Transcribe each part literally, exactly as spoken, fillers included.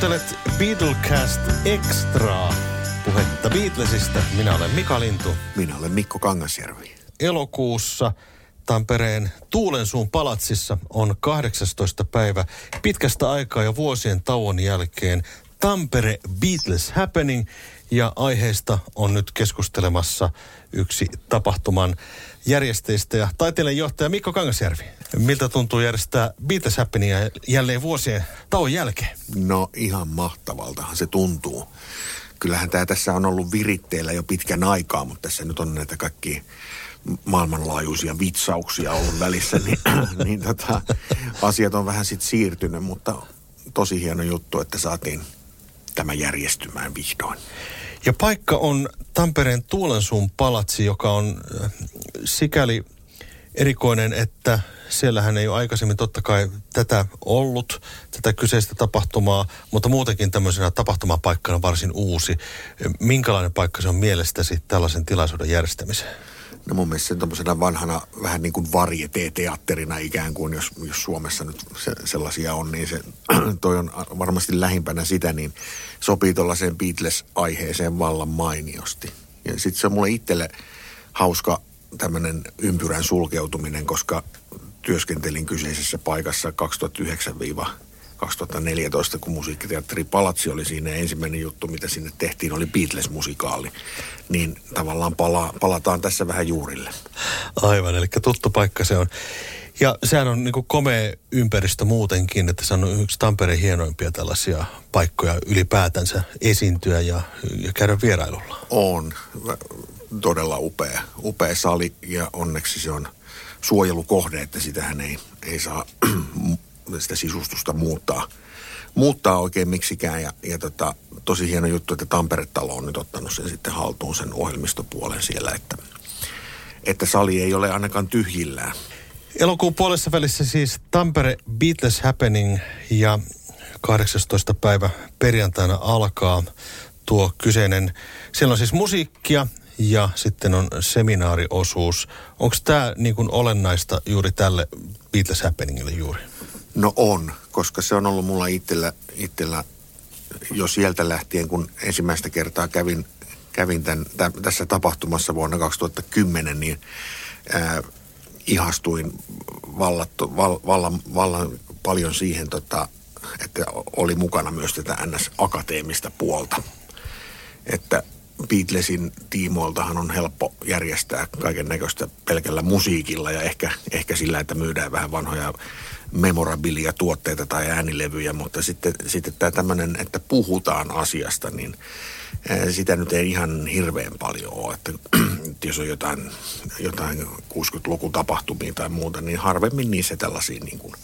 Kuuntelet Beatlecast Extraa, puhetta Beatlesista. Minä olen Mika Lintu. Minä olen Mikko Kangasjärvi. Elokuussa Tampereen Tuulensuun palatsissa on kahdeksastoista päivä pitkästä aikaa ja vuosien tauon jälkeen Tampere Beatles Happening. Ja aiheesta on nyt keskustelemassa yksi tapahtuman järjestäjistä ja taiteilijanjohtaja Mikko Kangasjärvi. Miltä tuntuu järjestää Beatles Happeningia jälleen vuosien tauon jälkeen? No ihan mahtavaltahan se tuntuu. Kyllähän tämä tässä on ollut viritteillä jo pitkän aikaa, mutta tässä nyt on näitä kaikkia maailmanlaajuisia vitsauksia ollut välissä, niin, niin tota, asiat on vähän sitten siirtynyt, mutta tosi hieno juttu, että saatiin tämä järjestymään vihdoin. Ja paikka on Tampereen Tuulensuun palatsi, joka on äh, sikäli erikoinen, että siellähän ei ole aikaisemmin totta kai tätä ollut, tätä kyseistä tapahtumaa, mutta muutenkin tämmöisenä tapahtumapaikkana varsin uusi. Minkälainen paikka se on mielestäsi tällaisen tilaisuuden järjestämiseen? No mun mielestä se tommosena vanhana vähän niin kuin varieté-teatterina ikään kuin, jos, jos Suomessa nyt se, sellaisia on, niin se, toi on varmasti lähimpänä sitä, niin sopii tuollaiseen Beatles-aiheeseen vallan mainiosti. Ja sitten se on mulle itselle hauska tämmöinen ympyrän sulkeutuminen, koska työskentelin kyseisessä paikassa kaksituhattayhdeksän kaksituhattaneljätoista, kun Musiikkiteatteri Palatsi oli siinä. Ensimmäinen juttu, mitä sinne tehtiin, oli Beatles-musikaali. Niin tavallaan pala, palataan tässä vähän juurille. Aivan, eli tuttu paikka se on. Ja sehän on niin kuin komea ympäristö muutenkin, että se on yksi Tampereen hienoimpia tällaisia paikkoja ylipäätänsä esiintyä ja, ja käydä vierailulla. On. Todella upea. Upea sali ja onneksi se on suojelukohde, että sitähän ei, ei saa sitä sisustusta muuttaa, muuttaa oikein miksikään. Ja, ja tota, tosi hieno juttu, että Tampere-talo on nyt ottanut sen sitten haltuun sen ohjelmistopuolen siellä, että, että sali ei ole ainakaan tyhjillään. Elokuun puolessa välissä siis Tampere Beatles Happening ja kahdeksastoista päivä perjantaina alkaa tuo kyseinen. Siellä on siis musiikkia ja sitten on seminaariosuus. Onko tämä niin kuin olennaista juuri tälle Beatles Happeningille juuri? No on, koska se on ollut mulla itsellä, itsellä jo sieltä lähtien, kun ensimmäistä kertaa kävin, kävin tämän, tämän, tässä tapahtumassa vuonna kaksituhattakymmenen, niin ää, ihastuin vallatto, val, vallan, vallan paljon siihen, tota, että oli mukana myös tätä N S-akateemista puolta. Että Beatlesin tiimoiltahan on helppo järjestää kaiken näköistä pelkällä musiikilla ja ehkä, ehkä sillä, että myydään vähän vanhoja memorabilia tuotteita tai äänilevyjä, mutta sitten, sitten tämä tämmöinen, että puhutaan asiasta, niin sitä nyt ei ihan hirveän paljon ole, että jos on jotain, jotain kuusikymmentäluvun tapahtumia tai muuta, niin harvemmin niissä tällaisia niin kuin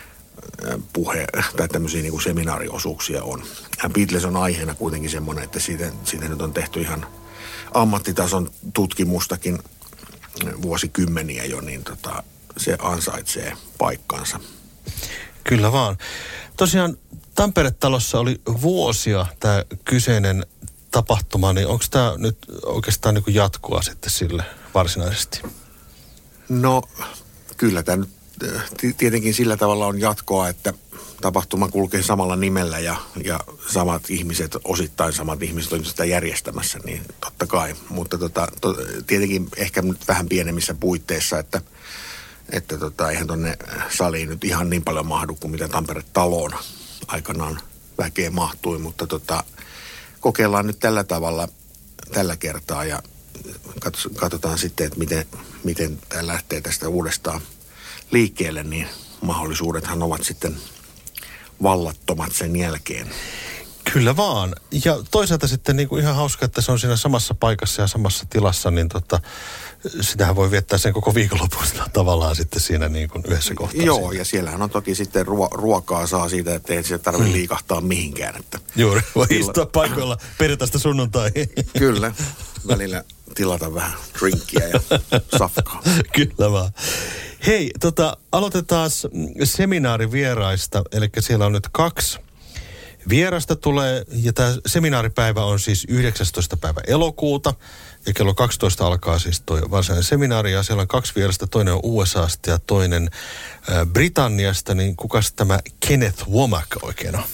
puhe tai tämmöisiä niin kuin seminaariosuuksia on. Ja Beatles on aiheena kuitenkin semmoinen, että siitä, siitä nyt on tehty ihan ammattitason tutkimustakin vuosikymmeniä jo, niin tota, se ansaitsee paikkansa. Kyllä vaan. Tosiaan Tampere-talossa oli vuosia tämä kyseinen tapahtuma, niin onko tämä nyt oikeastaan niin kuin jatkoa sitten sille varsinaisesti? No kyllä tämä nyt tietenkin sillä tavalla on jatkoa, että tapahtuma kulkee samalla nimellä ja, ja samat ihmiset, osittain samat ihmiset on sitä järjestämässä, niin totta kai. Mutta tota, to, tietenkin ehkä nyt vähän pienemmissä puitteissa, että, että tota, eihän tuonne saliin nyt ihan niin paljon mahdu kuin mitä Tampere-taloon aikanaan väkeä mahtui, mutta tota, kokeillaan nyt tällä tavalla tällä kertaa ja katsotaan sitten, että miten, miten tämä lähtee tästä uudestaan liikkeelle, niin mahdollisuudethan ovat sitten vallattomat sen jälkeen. Kyllä vaan. Ja toisaalta sitten niin kuin ihan hauska, että se on siinä samassa paikassa ja samassa tilassa, niin tota, sitähän voi viettää sen koko viikonloppuisena tavallaan sitten siinä niin kuin yhdessä kohtaa. Joo, siinä. Ja siellähän on toki sitten ruo- ruokaa saa siitä, että ei se tarvitse liikahtaa mihinkään. Että juuri, voi istua paikoilla perjantaista sunnuntaihin. Kyllä, välillä tilata vähän drinkkiä ja safkaa. Kyllä vaan. Hei, tota, aloitetaan seminaarivieraista, eli siellä on nyt kaksi vierasta tulee, ja tämä seminaaripäivä on siis yhdeksästoista päivä elokuuta, ja kello kaksitoista alkaa siis tuo varsinainen seminaari, ja siellä on kaksi vierasta, toinen on U S A:sta ja toinen äh, Britanniasta, niin kukas tämä Kenneth Womack oikein on?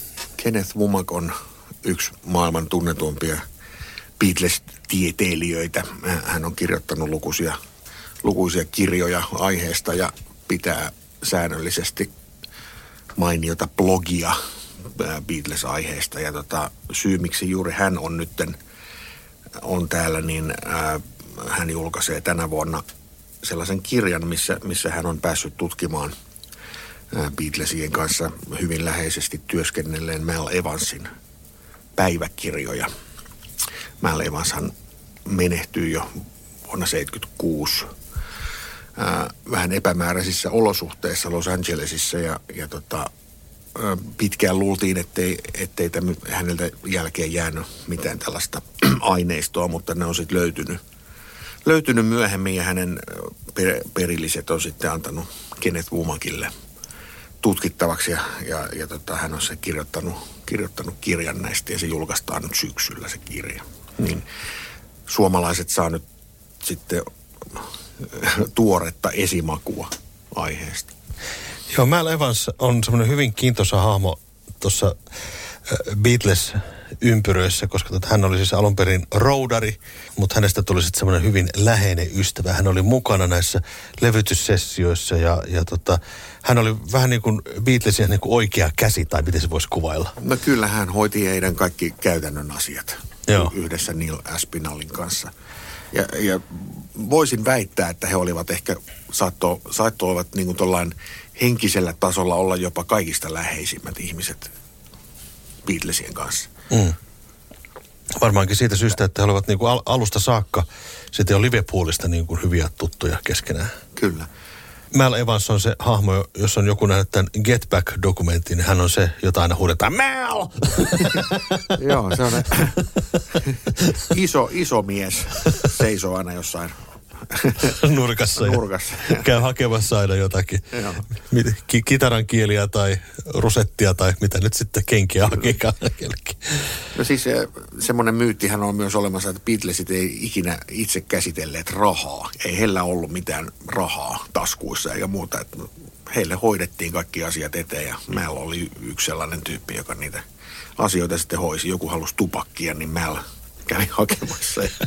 Kenneth Womack on yksi maailman tunnetuimpia Beatles-tieteilijöitä. Hän on kirjoittanut lukuisia, lukuisia kirjoja aiheesta ja pitää säännöllisesti mainiota blogia Beatles-aiheesta. Ja tota, syy, miksi juuri hän on nytten on täällä, niin ää, hän julkaisee tänä vuonna sellaisen kirjan, missä, missä hän on päässyt tutkimaan ää, Beatlesien kanssa hyvin läheisesti työskennelleen Mal Evansin päiväkirjoja. Mal Evanshan menehtyi jo vuonna seitsemänkymmentäkuusi ää, vähän epämääräisissä olosuhteissa Los Angelesissa ja, ja tota, ää, pitkään luultiin, ettei, ettei tämän, häneltä jälkeen jäänyt mitään tällaista aineistoa, mutta ne on sitten löytynyt, löytynyt myöhemmin ja hänen per, perilliset on sitten antanut Kenneth Womackille tutkittavaksi ja, ja, ja tota, hän on se kirjoittanut, kirjoittanut kirjan näistä ja se julkaistaan nyt syksyllä se kirja. Niin suomalaiset saa nyt sitten tuoretta esimakua aiheesta. Joo, Mal Evans on semmoinen hyvin kiintoisa hahmo tuossa Beatles-ympyröissä, koska tota, hän oli siis alun perin roudari, mutta hänestä tuli sitten semmoinen hyvin läheinen ystävä. Hän oli mukana näissä levytyssessioissa ja, ja tota, hän oli vähän niin kuin Beatlesien niin kuin oikea käsi, tai miten se voisi kuvailla. No kyllä, hän hoiti heidän kaikki käytännön asiat. Joo. Yhdessä Neil Aspinallin kanssa. Ja, ja voisin väittää, että he olivat ehkä, saattoi, saattoi olevat niin kuin tollain henkisellä tasolla olla jopa kaikista läheisimmät ihmiset Beatlesien kanssa. Mm. Varmaankin siitä syystä, että he olivat niin kuin al- alusta saakka sitten jo Liverpoolista niin kuin hyviä tuttuja keskenään. Kyllä. Mal Evans on se hahmo, jos on joku nähnyt tämän Get Back-dokumentin, niin hän on se, jota aina huudetaan, Mal! Joo, se on iso, iso mies, seisoo aina jossain nurkassa. nurkassa. Ja käy hakemassa aina jotakin Ki- kitaran kieliä tai rusettia tai mitä nyt sitten kenkiä hakeekaan. No siis se, semmoinen myyttihän on myös olemassa, että Beatlesit ei ikinä itse käsitelleet rahaa. Ei heillä ollut mitään rahaa taskuissa eikä muuta. Että heille hoidettiin kaikki asiat eteen ja Mal oli yksi sellainen tyyppi, joka niitä asioita sitten hoisi. Joku halusi tupakkia, niin Mal kävi hakemassa ja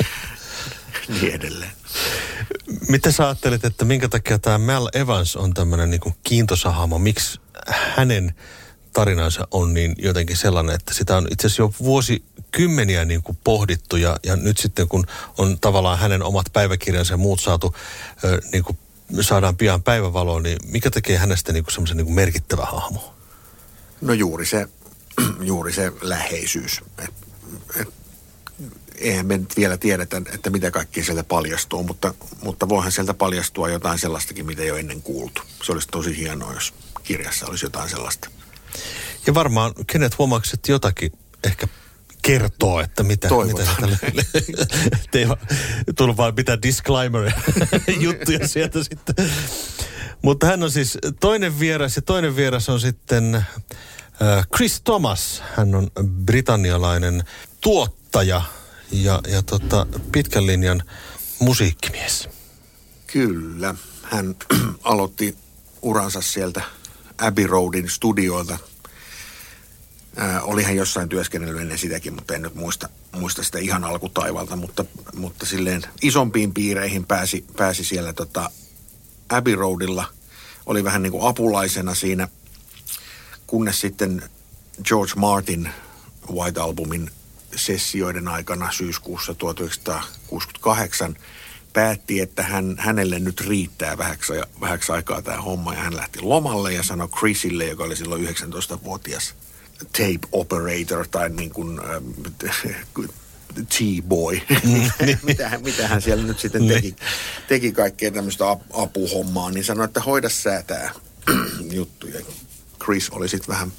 niin edelleen. Mitä sä ajattelet, että minkä takia tämä Mal Evans on tämmöinen niin kuin kiintoisa hahmo? Miksi hänen tarinansa on niin jotenkin sellainen, että sitä on itse asiassa jo vuosikymmeniä niin kuin pohdittu ja, ja nyt sitten kun on tavallaan hänen omat päiväkirjansa ja muut saatu, ö, niin kuin saadaan pian päivävaloon, niin mikä tekee hänestä niin kuin semmoisen niin kuin merkittävä hahmo? No juuri se, juuri se läheisyys. Et, et, eihän me nyt vielä tiedetä, että mitä kaikki sieltä paljastuu, mutta, mutta voihan sieltä paljastua jotain sellaistakin, mitä ei ole ennen kuultu. Se olisi tosi hienoa, jos kirjassa olisi jotain sellaista. Ja varmaan Kenneth Womack sitten jotakin ehkä kertoo, että mitä... Toivotaan. mitä ettei tullut vaan mitään disclaimer-juttuja sieltä sitten. Mutta hän on siis toinen vieras ja toinen vieras on sitten äh, Chris Thomas. Hän on britannialainen tuottaja ja, ja tota, pitkän linjan musiikkimies. Kyllä. Hän aloitti uransa sieltä Abbey Roadin studioilta. Äh, oli hän jossain työskennellyt ennen sitäkin, mutta en nyt muista, muista sitä ihan alkutaivalta, mutta, mutta silleen isompiin piireihin pääsi, pääsi siellä tota Abbey Roadilla. Oli vähän niin kuin apulaisena siinä, kunnes sitten George Martin White Albumin sessioiden aikana syyskuussa tuhatyhdeksänsataakuusikymmentäkahdeksan päätti, että hän, hänelle nyt riittää vähäksi, vähäksi aikaa tämä homma. Ja hän lähti lomalle ja sanoi Chrisille, joka oli silloin yhdeksäntoistavuotias tape operator tai niin kuin äh, T-boy. Mm, mitä, hän, mitä hän siellä nyt sitten teki, teki kaikkea tämmöistä apuhommaa, niin sanoi, että hoida sä tää juttu. Ja Chris oli sitten vähän,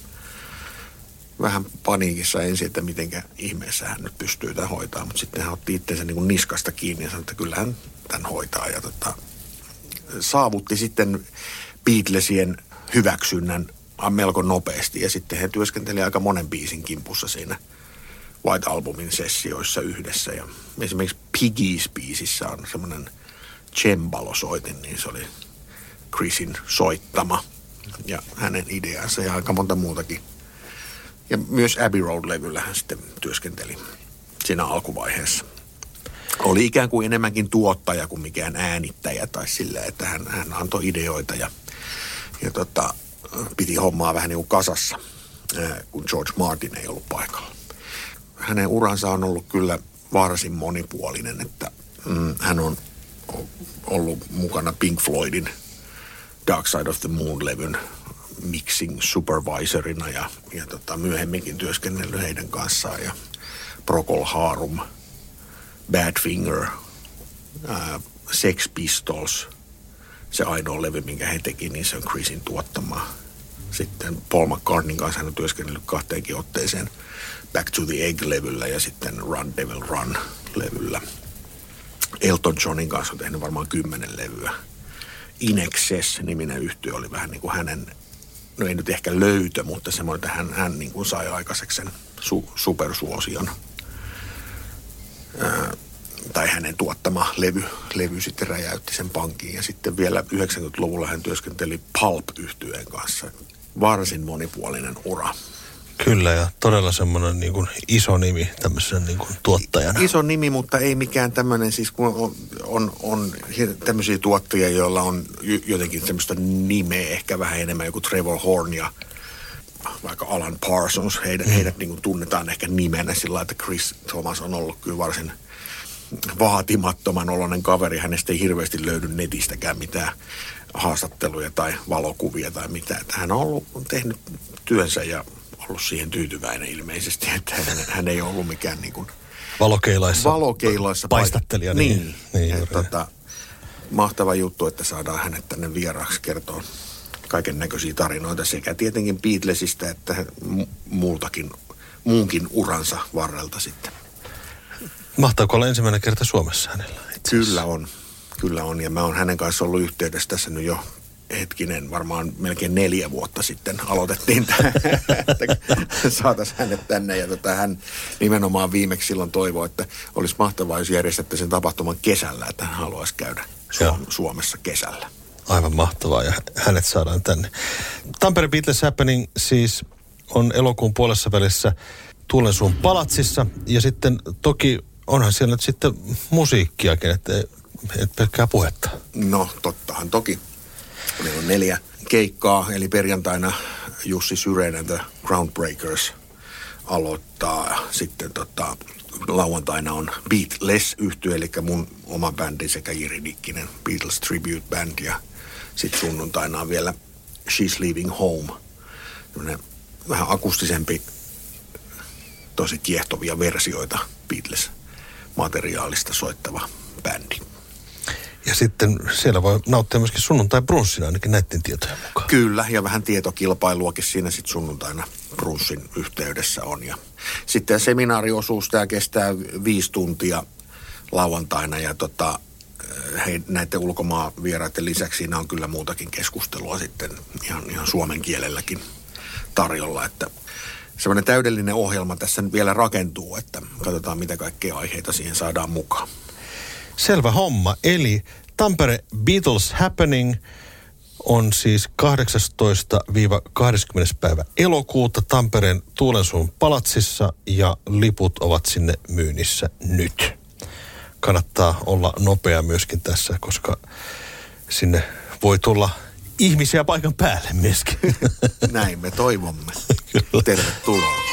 vähän paniikissa ensin, että mitenkä ihmeessä hän nyt pystyy tämän hoitaa, mutta sitten hän otti itseensä niin kuin niskasta kiinni ja sanoi, että kyllä hän tämän hoitaa. Ja tota, saavutti sitten Beatlesien hyväksynnän melko nopeasti ja sitten he työskenteli aika monen biisin kimpussa siinä White Albumin sessioissa yhdessä. Ja esimerkiksi Piggies-biisissä on semmoinen cembalo-soitin, niin se oli Chrisin soittama ja hänen ideansa ja aika monta muutakin Ja myös Abbey Road-levyllä hän sitten työskenteli siinä alkuvaiheessa. Oli ikään kuin enemmänkin tuottaja kuin mikään äänittäjä tai sillä, että hän, hän antoi ideoita ja, ja tota, piti hommaa vähän niin kuin kasassa, kun George Martin ei ollut paikalla. Hänen uransa on ollut kyllä varsin monipuolinen, että mm, hän on ollut mukana Pink Floydin Dark Side of the Moon-levyn mixing supervisorina ja, ja tota, myöhemminkin työskennellyt heidän kanssaan ja Procol Harum, Badfinger, ää, Sex Pistols, se ainoa levy, minkä he teki, niin se on Chrisin tuottama. Sitten Paul McCartneyn kanssa hän on työskennellyt kahteenkin otteeseen Back to the Egg-levyllä ja sitten Run Devil Run-levyllä. Elton Johnin kanssa on tehnyt varmaan kymmenen levyä. In Excess-niminen yhtye oli vähän niin kuin hänen, no ei nyt ehkä löytö, mutta semmoinen, että hän, hän niin kuin sai aikaiseksi sen su, supersuosion. Ää, tai hänen tuottama levy, levy sitten räjäytti sen pankin. Ja sitten vielä yhdeksänkymmentäluvulla hän työskenteli Pulp-yhtyeen kanssa. Varsin monipuolinen ura. Kyllä, ja todella semmoinen niin kuin iso nimi tämmöisen niin kuin tuottajana. Iso nimi, mutta ei mikään tämmöinen, siis kun on, on, on tämmöisiä tuottajia, joilla on jotenkin semmoista nimeä, ehkä vähän enemmän joku Trevor Horn ja vaikka Alan Parsons. Heidät, mm. heidät niin kuin tunnetaan ehkä nimenä sillä lailla, että Chris Thomas on ollut kyllä varsin vaatimattoman oloinen kaveri. Hänestä ei hirveästi löydy netistäkään mitään haastatteluja tai valokuvia tai mitään. Että hän on ollut, tehnyt työnsä ja ollut siihen tyytyväinen ilmeisesti, että hän, hän ei ollut mikään niin kuin valokeilaissa, valokeilaissa paistattelija. Paik- niin, niin, niin tota, mahtava juttu, että saadaan hänet tänne vieraaksi kertoa kaiken näköisiä tarinoita sekä tietenkin Beatlesista että muultakin, muunkin uransa varrelta sitten. Mahtaako olla ensimmäinen kerta Suomessa hänellä? Kyllä on, kyllä on ja mä oon hänen kanssa ollut yhteydessä tässä nyt jo hetkinen, varmaan melkein neljä vuotta sitten aloitettiin tämä, että saataisiin hänet tänne. Ja tota, hän nimenomaan viimeksi silloin toivoi, että olisi mahtavaa, jos järjestettäisiin sen tapahtuman kesällä, että hän haluaisi käydä Suom- Suomessa kesällä. Aivan mahtavaa ja hänet saadaan tänne. Tampere Beatles Happening siis on elokuun puolessa välissä Tuulensuun palatsissa ja sitten toki onhan siellä nyt sitten musiikkiakin, että et pelkkää puhetta. No tottahan toki. Meillä on neljä keikkaa, eli perjantaina Jussi Syreinen The Groundbreakers aloittaa. Sitten tota, lauantaina on Beatles-yhtye, eli mun oma bändi sekä Jiri Nikkinen Beatles Tribute Band. Ja sitten sunnuntaina on vielä She's Leaving Home. Sellainen vähän akustisempi, tosi kiehtovia versioita Beatles-materiaalista soittava bändi. Ja sitten siellä voi nauttia myöskin sunnuntai-brunssina ainakin näiden tietojen mukaan. Kyllä, ja vähän tietokilpailuakin siinä sitten sunnuntaina brunssin yhteydessä on. Ja sitten seminaariosuus, tämä kestää viisi tuntia lauantaina ja tota, hei, näiden ulkomaan vieraiden lisäksi siinä on kyllä muutakin keskustelua sitten ihan, ihan suomen kielelläkin tarjolla, että semmoinen täydellinen ohjelma tässä nyt vielä rakentuu, että katsotaan mitä kaikkea aiheita siihen saadaan mukaan. Selvä homma. Eli Tampere Beatles Happening on siis kahdeksastoista kahdeskymmenes päivä elokuuta Tampereen Tuulensuun palatsissa ja liput ovat sinne myynnissä nyt. Kannattaa olla nopea myöskin tässä, koska sinne voi tulla ihmisiä paikan päälle myöskin. Näin me toivomme. Tervetuloa.